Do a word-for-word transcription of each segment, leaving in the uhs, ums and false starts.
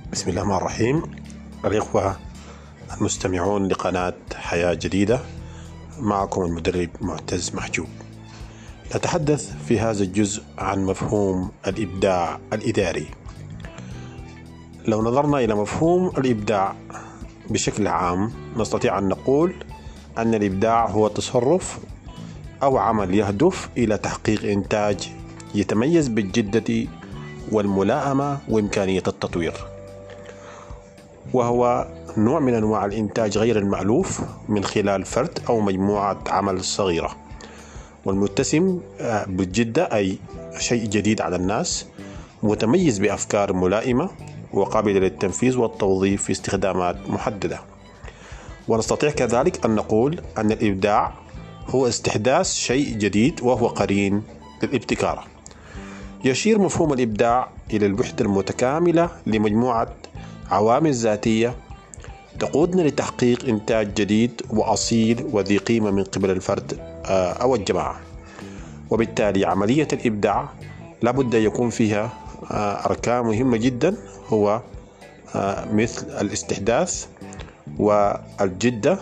بسم الله الرحمن الرحيم. الإخوة المستمعون لقناة حياة جديدة، معكم المدرب معتز محجوب. نتحدث في هذا الجزء عن مفهوم الإبداع الإداري. لو نظرنا إلى مفهوم الإبداع بشكل عام، نستطيع أن نقول أن الإبداع هو تصرف أو عمل يهدف إلى تحقيق إنتاج يتميز بالجدة والملائمة وإمكانية التطوير، وهو نوع من أنواع الإنتاج غير المألوف من خلال فرد أو مجموعة عمل صغيرة، والمتسم بالجدة أي شيء جديد على الناس، متميز بأفكار ملائمة وقابلة للتنفيذ والتوظيف في استخدامات محددة. ونستطيع كذلك أن نقول أن الإبداع هو استحداث شيء جديد وهو قرين للابتكار. يشير مفهوم الإبداع إلى الوحدة المتكاملة لمجموعة عوامل ذاتية تقودنا لتحقيق إنتاج جديد وأصيل وذي قيمة من قبل الفرد أو الجماعة. وبالتالي عملية الإبداع لابد يكون فيها أركان مهمة جدا، هو مثل الاستحداث والجدة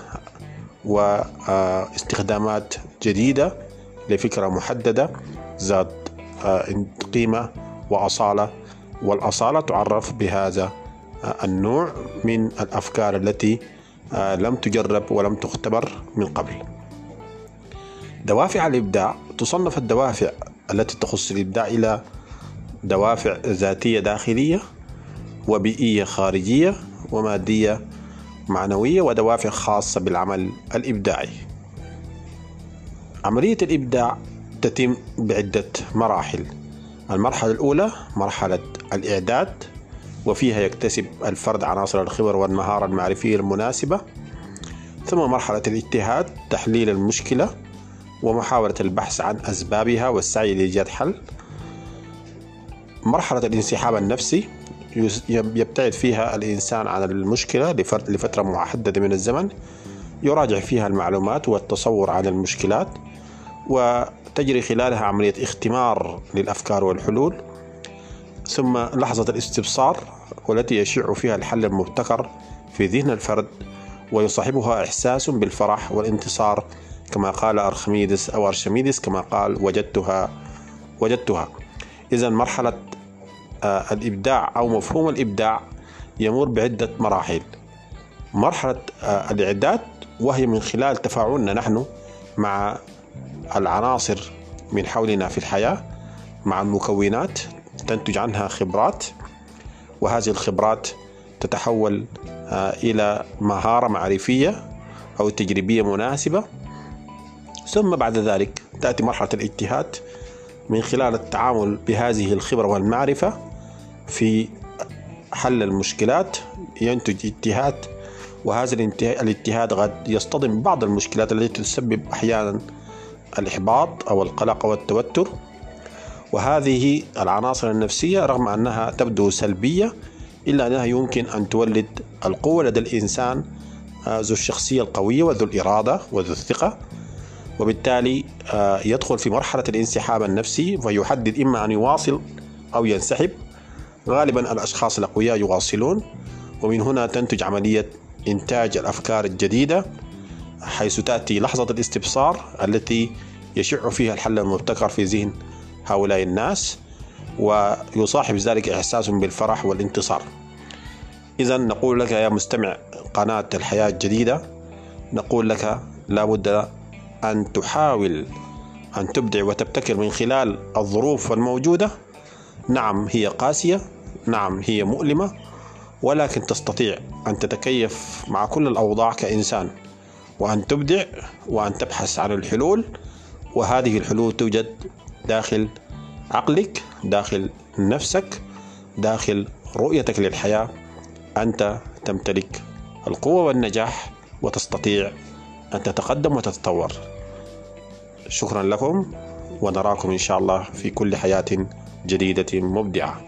واستخدامات جديدة لفكرة محددة ذات قيمة وأصالة، والأصالة تعرف بهذا النوع من الأفكار التي لم تجرب ولم تختبر من قبل. دوافع الإبداع تصنف الدوافع التي تخص الإبداع إلى دوافع ذاتية داخلية، وبيئية خارجية، ومادية معنوية، ودوافع خاصة بالعمل الإبداعي. عملية الإبداع تتم بعدة مراحل. المرحلة الأولى مرحلة الإعداد، وفيها يكتسب الفرد عناصر الخبرة والمهارة المعرفية المناسبة. ثم مرحلة الاجتهاد، تحليل المشكلة ومحاولة البحث عن أسبابها والسعي لإيجاد حل. مرحلة الانسحاب النفسي، يبتعد فيها الإنسان عن المشكلة لفترة محددة من الزمن، يراجع فيها المعلومات والتصور عن المشكلات، وتجري خلالها عملية اختمار للأفكار والحلول. ثم لحظة الاستبصار، والتي يشع فيها الحل المبتكر في ذهن الفرد، ويصاحبها إحساس بالفرح والانتصار كما قال أرخميدس أو أرشميدس، كما قال وجدتها وجدتها. إذن مرحلة آه الإبداع أو مفهوم الإبداع يمر بعدة مراحل. مرحلة آه الإعداد، وهي من خلال تفاعلنا نحن مع العناصر من حولنا في الحياة، مع المكونات، تنتج عنها خبرات، وهذه الخبرات تتحول آه إلى مهارة معرفية أو تجريبية مناسبة. ثم بعد ذلك تأتي مرحلة الاجتهاد، من خلال التعامل بهذه الخبرة والمعرفة في حل المشكلات ينتج اجتهاد، وهذا الاجتهاد قد يصطدم بعض المشكلات التي تسبب أحيانا الإحباط أو القلق أو التوتر. وهذه العناصر النفسية رغم أنها تبدو سلبية، إلا أنها يمكن أن تولد القوة لدى الإنسان ذو الشخصية القوية وذو الإرادة وذو الثقة. وبالتالي يدخل في مرحلة الانسحاب النفسي، ويحدد إما أن يواصل أو ينسحب. غالبا الأشخاص الأقوياء يواصلون، ومن هنا تنتج عملية إنتاج الأفكار الجديدة، حيث تأتي لحظة الاستبصار التي يشع فيها الحل المبتكر في ذهن هؤلاء الناس، ويصاحب ذلك إحساس بالفرح والانتصار. إذن نقول لك يا مستمع قناة الحياة الجديدة، نقول لك لابد أن تحاول أن تبدع وتبتكر من خلال الظروف الموجودة. نعم هي قاسية، نعم هي مؤلمة، ولكن تستطيع أن تتكيف مع كل الأوضاع كإنسان، وأن تبدع وأن تبحث عن الحلول. وهذه الحلول توجد داخل عقلك، داخل نفسك، داخل رؤيتك للحياة. أنت تمتلك القوة والنجاح، وتستطيع أن تتقدم وتتطور. شكرا لكم، ونراكم إن شاء الله في كل حياة جديدة مبدعة.